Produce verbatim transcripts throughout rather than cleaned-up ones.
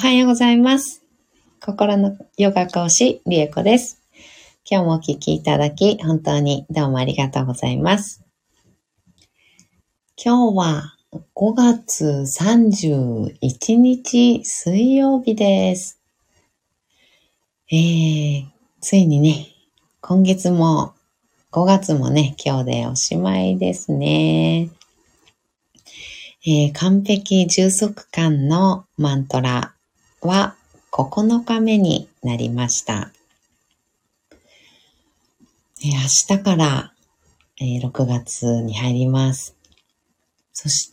はようございます。心のヨガ講師、リエコです。今日もお聞きいただき、本当にどうもありがとうございます。今日はごがつさんじゅういちにち水曜日です。えー、ついにね、今月もごがつもね、今日でおしまいですね。えー、完璧充足感のマントラはここのかめになりました。えー、明日から、えー、ろくがつに入ります。そして、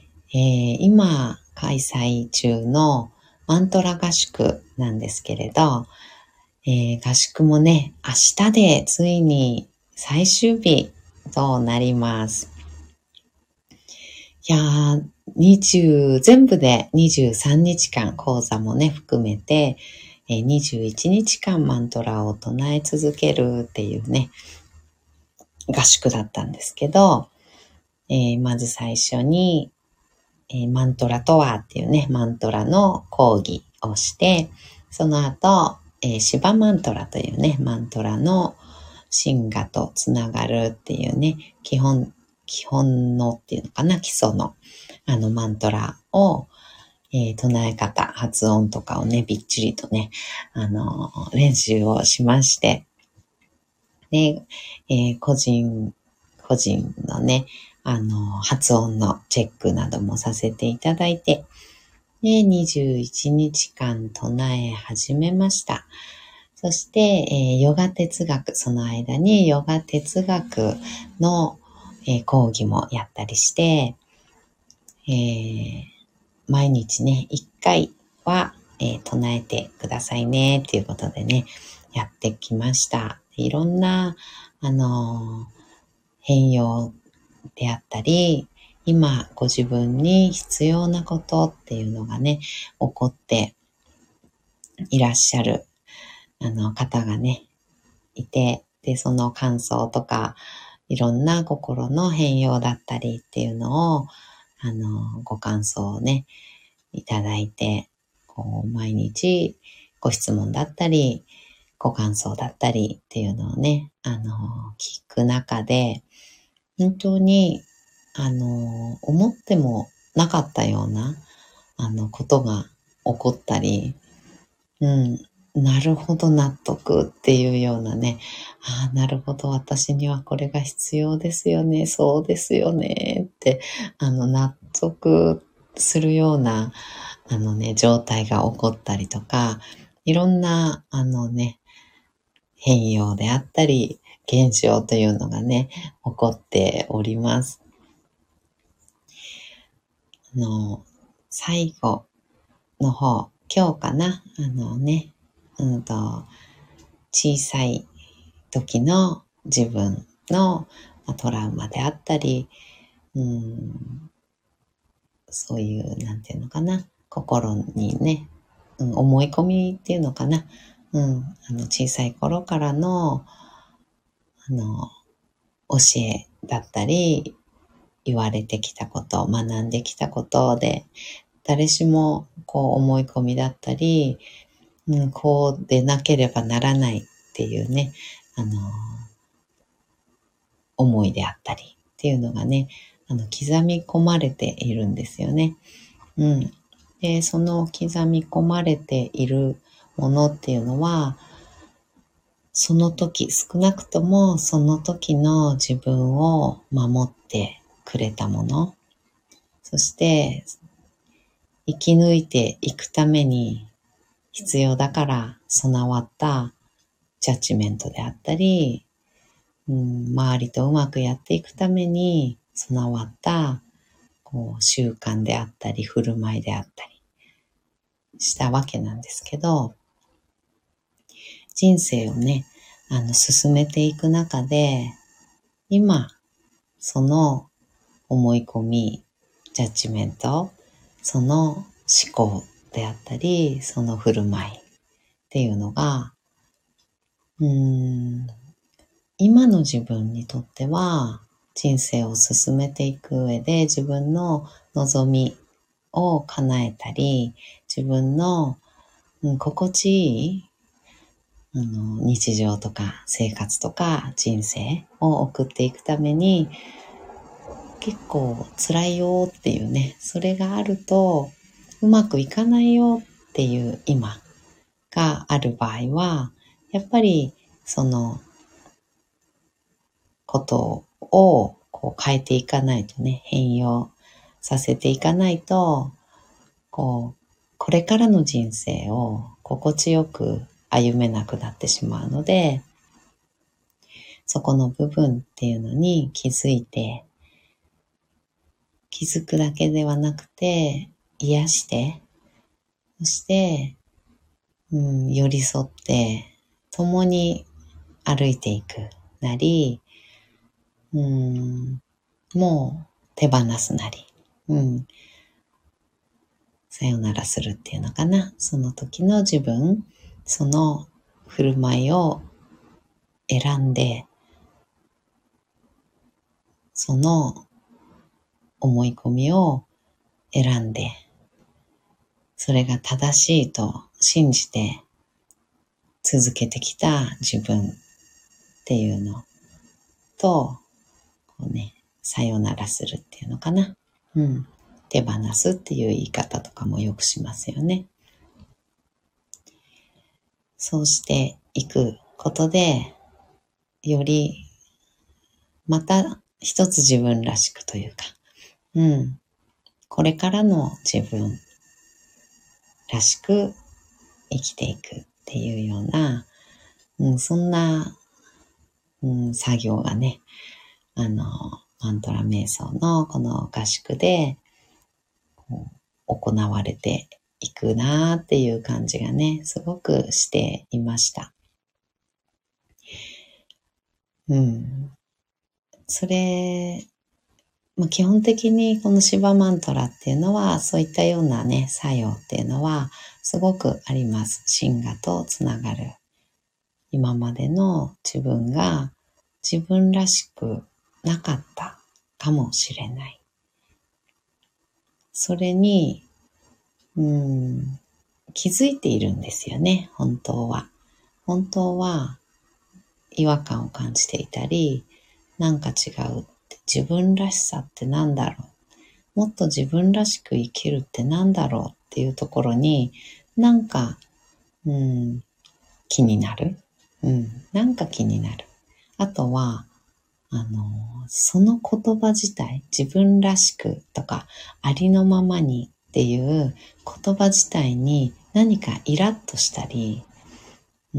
えー、今開催中のマントラ合宿なんですけれど、えー、合宿もね、明日でついに最終日となります。いやー、にじゅう全部でにじゅうさんにちかん、講座もね、含めて、えー、にじゅういちにちかんマントラを唱え続けるっていうね、合宿だったんですけど、えー、まず最初に、えー、マントラとはっていうね、マントラの講義をして、その後、えー、シバマントラというね、マントラの神我とつながるっていうね、基本、基本のっていうのかな、基礎のあのマントラを、えー、唱え方、発音とかをね、びっちりとね、あのー、練習をしまして、で、えー、個人、個人のね、あのー、発音のチェックなどもさせていただいて、で、にじゅういちにちかん唱え始めました。そして、えー、ヨガ哲学、その間にヨガ哲学の、えー、講義もやったりして、えー、毎日ね、いっかいは、えー、唱えてくださいね、っていうことでね、やってきました。いろんな、あのー、変容であったり、今ご自分に必要なことっていうのがね、起こっていらっしゃる、あの方がね、いて、で、その感想とか、いろんな心の変容だったりっていうのを、あの、ご感想をね、いただいて、こう、毎日ご質問だったり、ご感想だったりっていうのをね、あの、聞く中で、本当に、あの、思ってもなかったような、あの、ことが起こったり、うん、なるほど納得っていうようなね、ああ、なるほど私にはこれが必要ですよね、そうですよねって、あの、納得するような、あのね、状態が起こったりとか、いろんな、あのね、変容であったり、現象というのがね、起こっております。あの、最後の方、今日かな、あのね、うんと、小さい時の自分のトラウマであったり、うん、そういう、なんていうのかな、心にね、うん、思い込みっていうのかな、うん、あの小さい頃からの、あの、教えだったり、言われてきたこと、学んできたことで、誰しもこう思い込みだったり、うん、こうでなければならないっていうね、あの、思いであったりっていうのがね、あの、刻み込まれているんですよね。うん。で、その刻み込まれているものっていうのは、その時、少なくともその時の自分を守ってくれたもの、そして生き抜いていくために必要だから備わったジャッジメントであったり、うん、周りとうまくやっていくために備わったこう習慣であったり振る舞いであったりしたわけなんですけど、人生をね、あの進めていく中で、今その思い込み、ジャッジメント、その思考であったり、その振る舞いっていうのが、うーん、今の自分にとっては人生を進めていく上で自分の望みを叶えたり、 自分の、うん、心地いいあの日常とか生活とか人生を送っていくために結構辛いよっていうね、それがあるとうまくいかないよっていう今がある場合は、やっぱりそのことをこう変えていかないとね、変容させていかないと、こう、これからの人生を心地よく歩めなくなってしまうので、そこの部分っていうのに気づいて、気づくだけではなくて、癒して、そして、うん、寄り添って、共に歩いていくなり、うん、もう手放すなり、うん、さよならするっていうのかな。その時の自分、その振る舞いを選んで、その思い込みを選んで、それが正しいと信じて続けてきた自分っていうのと、こうね、さよならするっていうのかな。うん。手放すっていう言い方とかもよくしますよね。そうしていくことで、よりまた一つ自分らしくというか、うん。これからの自分らしく生きていくっていうような、うん、そんな、うん、作業がね、あの、マントラ瞑想のこの合宿でこう行われていくなーっていう感じがね、すごくしていました。うん。それ、まあ、基本的にこのシバマントラっていうのは、そういったようなね、作用っていうのはすごくあります。シンガとつながる。今までの自分が自分らしくなかったかもしれない。それに、うーん、気づいているんですよね、本当は。本当は違和感を感じていたり、なんか違うって、自分らしさってなんだろう。もっと自分らしく生きるってなんだろうっていうところに、なんか、うん、気になる。うん、なんか気になる。あとは、あの、その言葉自体、自分らしくとか、ありのままにっていう言葉自体に何かイラッとしたり、うん、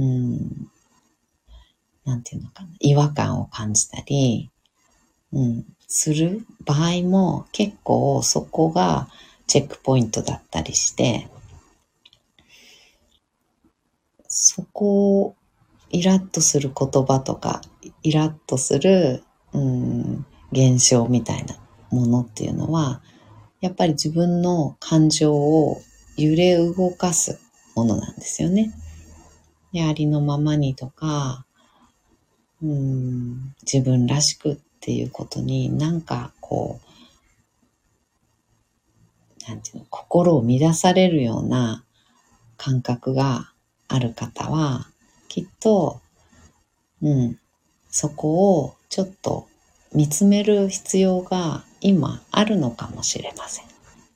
なんていうのかな、違和感を感じたり、うん、する場合も結構そこがチェックポイントだったりして、そこをイラッとする言葉とか、イラッとする、うん、現象みたいなものっていうのは、やっぱり自分の感情を揺れ動かすものなんですよね。で、ありのままにとか、うん、自分らしくっていうことになんかこう、なんていうの、心を乱されるような感覚がある方は、きっと、うん、そこをちょっと見つめる必要が今あるのかもしれません。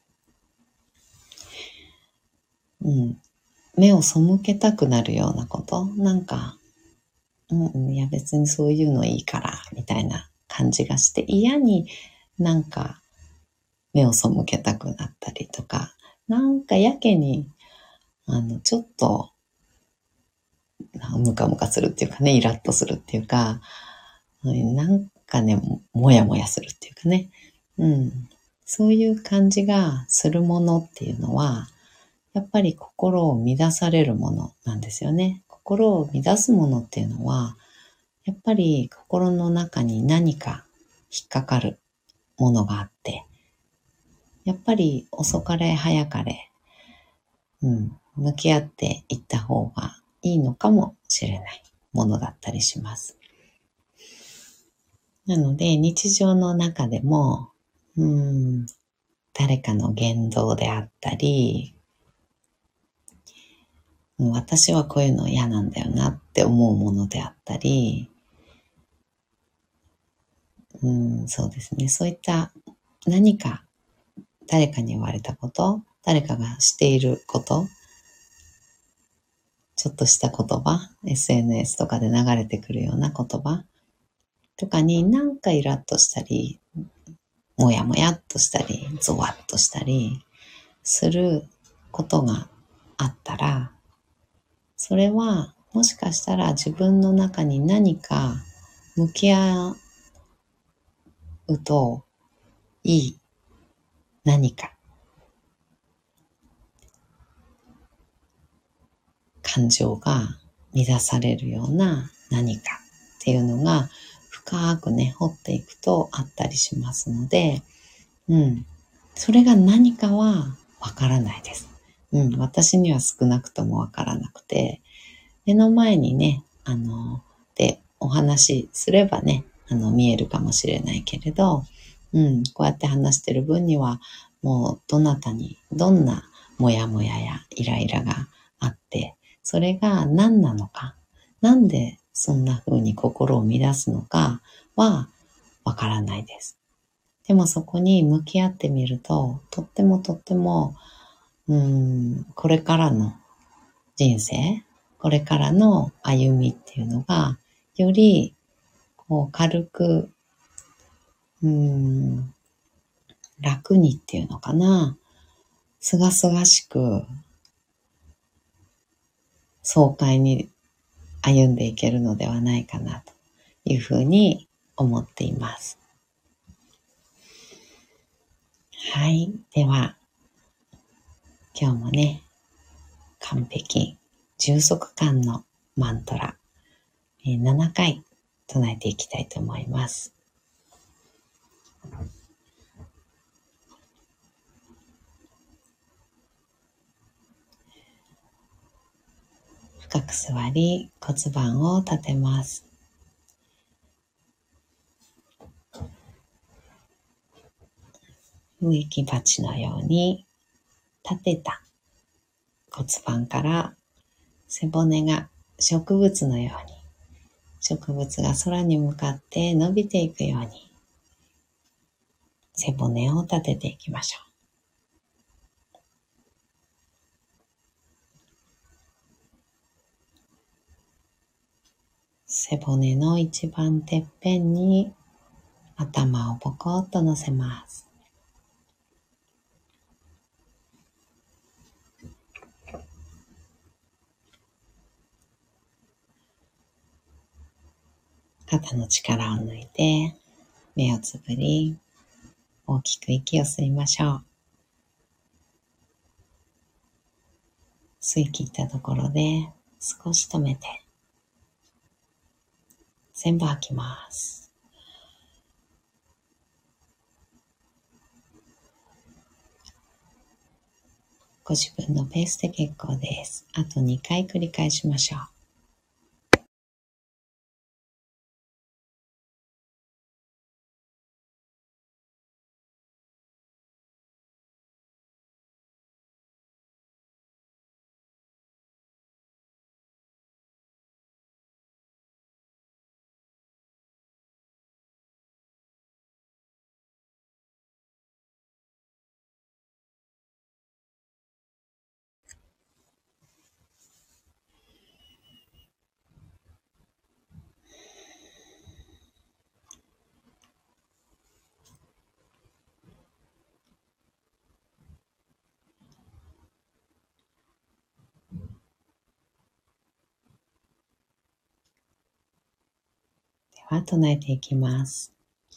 うん、目を背けたくなるようなこと、なんか、うん、いや別にそういうのいいから、みたいな感じがして嫌になんか目を背けたくなったりとか、なんかやけに、あの、ちょっと、ムカムカするっていうかね、イラッとするっていうか、なんかね、もやもやするっていうかね、うん。そういう感じがするものっていうのは、やっぱり心を乱されるものなんですよね。心を乱すものっていうのは、やっぱり心の中に何か引っかかるものがあって、やっぱり遅かれ早かれ、うん、向き合っていった方がいいのかもしれないものだったりします。なので日常の中でも、うん、誰かの言動であったり、 私はこういうの嫌なんだよなって思うものであったり、うん、そうですね。そういった何か誰かに言われたこと、誰かがしていること、ちょっとした言葉、エスエヌエス とかで流れてくるような言葉とかになんかイラッとしたり、もやもやっとしたり、ゾワッとしたりすることがあったら、それはもしかしたら自分の中に何か向き合うといい何か感情が乱されるような何かっていうのが深くね、掘っていくとあったりしますので、うん。それが何かはわからないです。うん。私には少なくともわからなくて、目の前にね、あの、で、お話しすればね、あの、見えるかもしれないけれど、うん。こうやって話してる分には、もう、どなたに、どんなモヤモヤやイライラがあって、それが何なのか、なんでそんな風に心を乱すのかはわからないです。でもそこに向き合ってみると、とってもとっても、うーん、これからの人生、これからの歩みっていうのが、よりこう軽く、うーん、楽にっていうのかな、すがすがしく爽快に歩んでいけるのではないかなというふうに思っています。はい。では、今日もね、完璧、充足感のマントラ、ななかい唱えていきたいと思います。深く座り、骨盤を立てます。植木鉢のように立てた骨盤から背骨が植物のように、植物が空に向かって伸びていくように、背骨を立てていきましょう。背骨の一番てっぺんに頭をポコッと乗せます。肩の力を抜いて、目をつぶり、大きく息を吸いましょう。吸い切ったところで少し止めて、全部吐きます。ご自分のペースで結構です。あとにかい繰り返しましょう。では唱えていきます。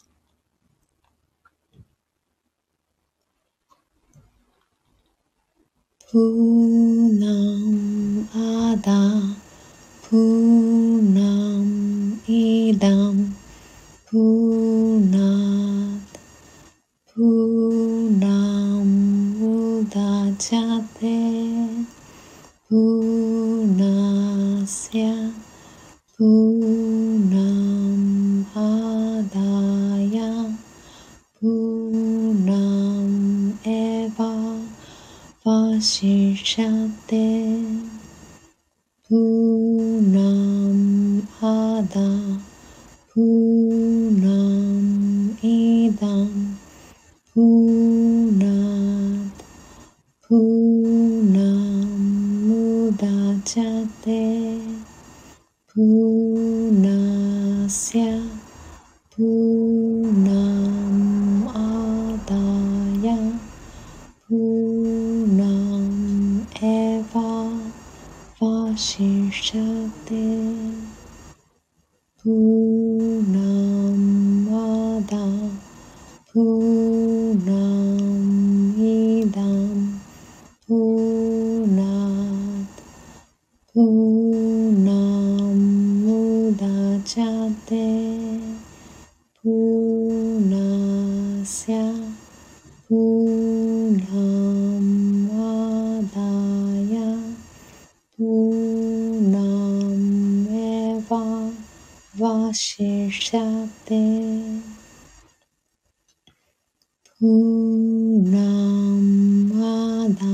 プーナムアダプーナムイダムプーナープーナムウダチャテプーナーシャプーナムアダヤプーナムエヴァファシシャテ Purnam Ada Purnam Idam Purnat Purnam Mudachyate Purnasya Purnam Adaya Purnam Eva Vashishyate Purnam Ada Purnam Idam Purnat Purnam Mudachyate Purnasya Purnam Adaya Purnam Eva Vashishyate Purnam Ada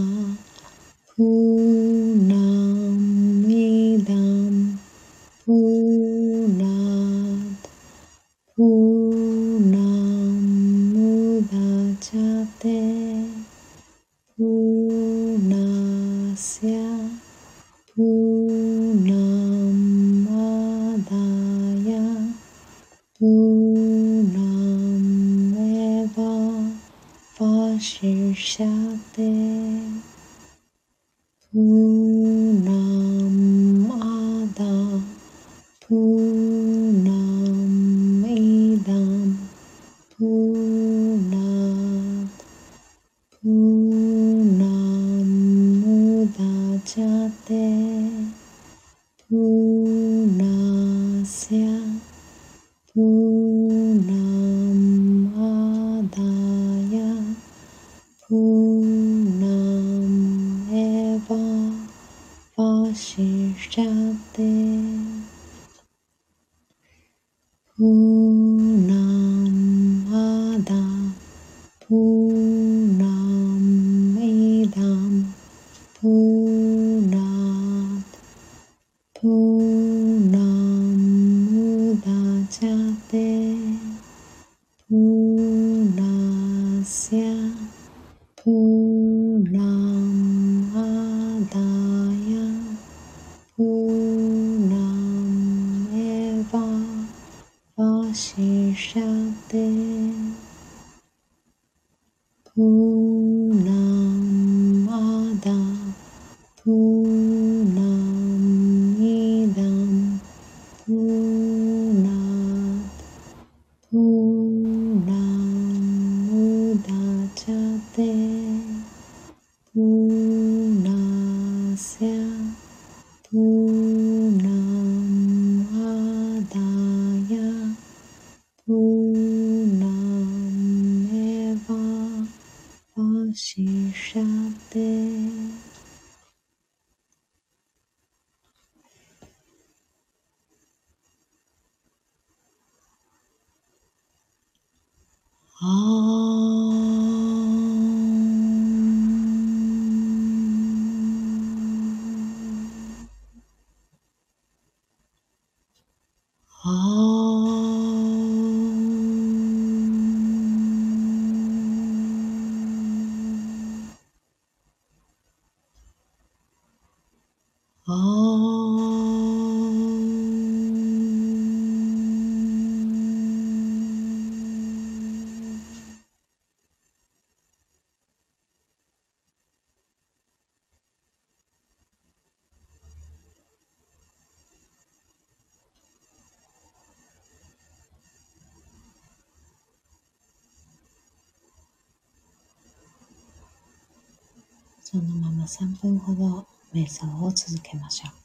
Purnam Idam Purnat Purnam Mudachyate Purnasya Purnam Adaya Purnam Eva Vashishyate Purnam Ada Purnam Idam Purnat Purnam Mudachyate Purnasya Purnam Adaya Purnam Eva Vashishyate Purnam Ada Purnam Idam Purnat Purnam Mudachyate Purnasya Purnam Adaya Purnam Eva Vashishyate Purnam Ada Purnam Idam Purnat Purnam Mudachyate Purnasya Purnam Adaya Purnam Eva Vashishyateそのままさんぷんほど瞑想を続けましょう。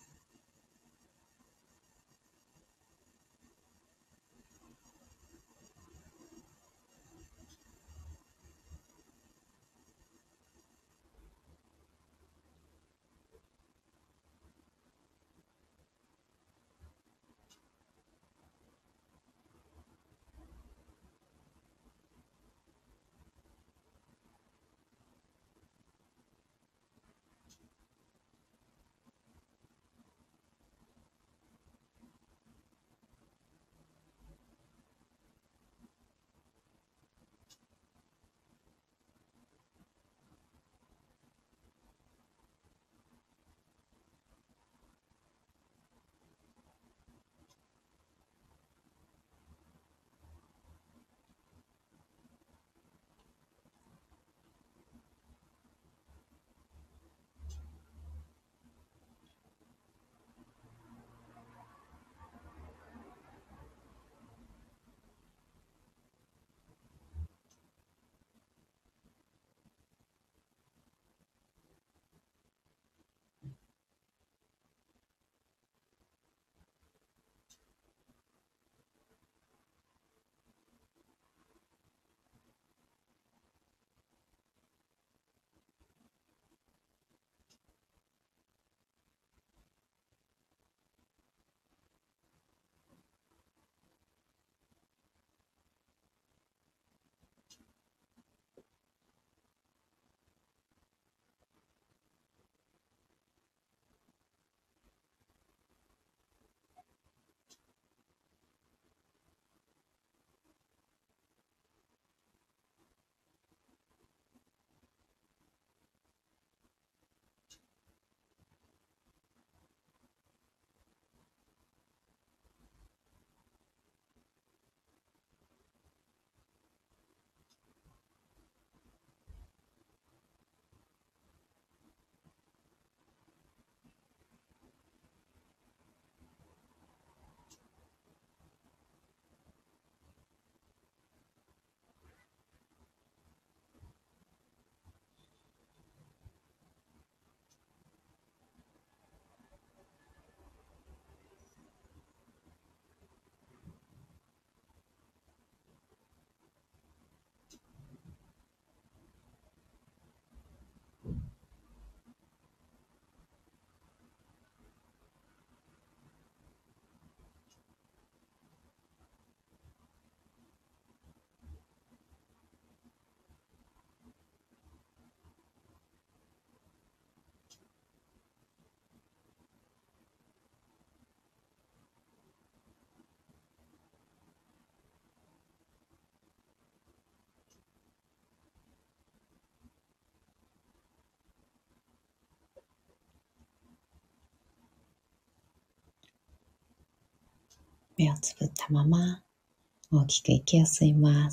目をつぶったまま大きく息を吸います。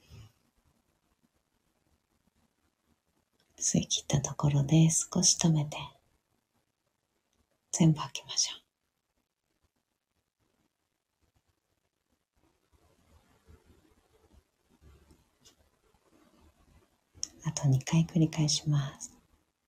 吸い切ったところで少し止めて全部吐きましょう。あとにかい繰り返します。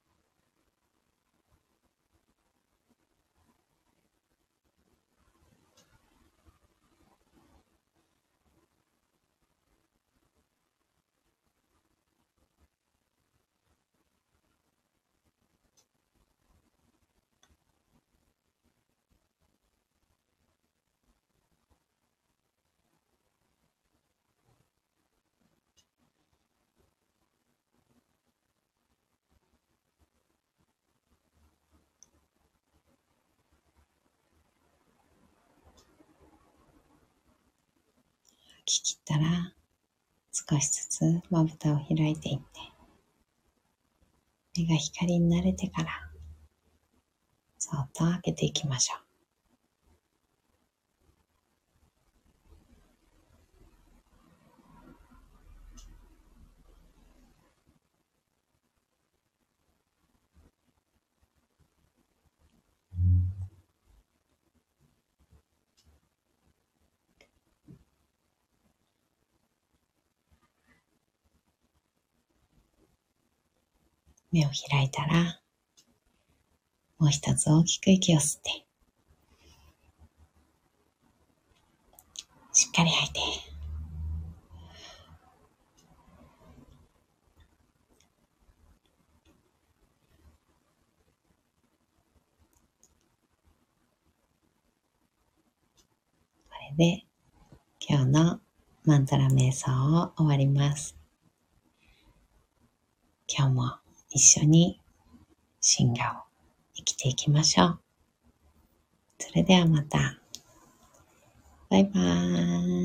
吐き切ったら少しずつまぶたを開いていって、目が光に慣れてからそっと開けていきましょう。目を開いたらもう一つ大きく息を吸って、しっかり吐いて、これで今日のマントラ瞑想を終わります。今日も一緒に真我を生きていきましょう。それではまた。バイバーイ。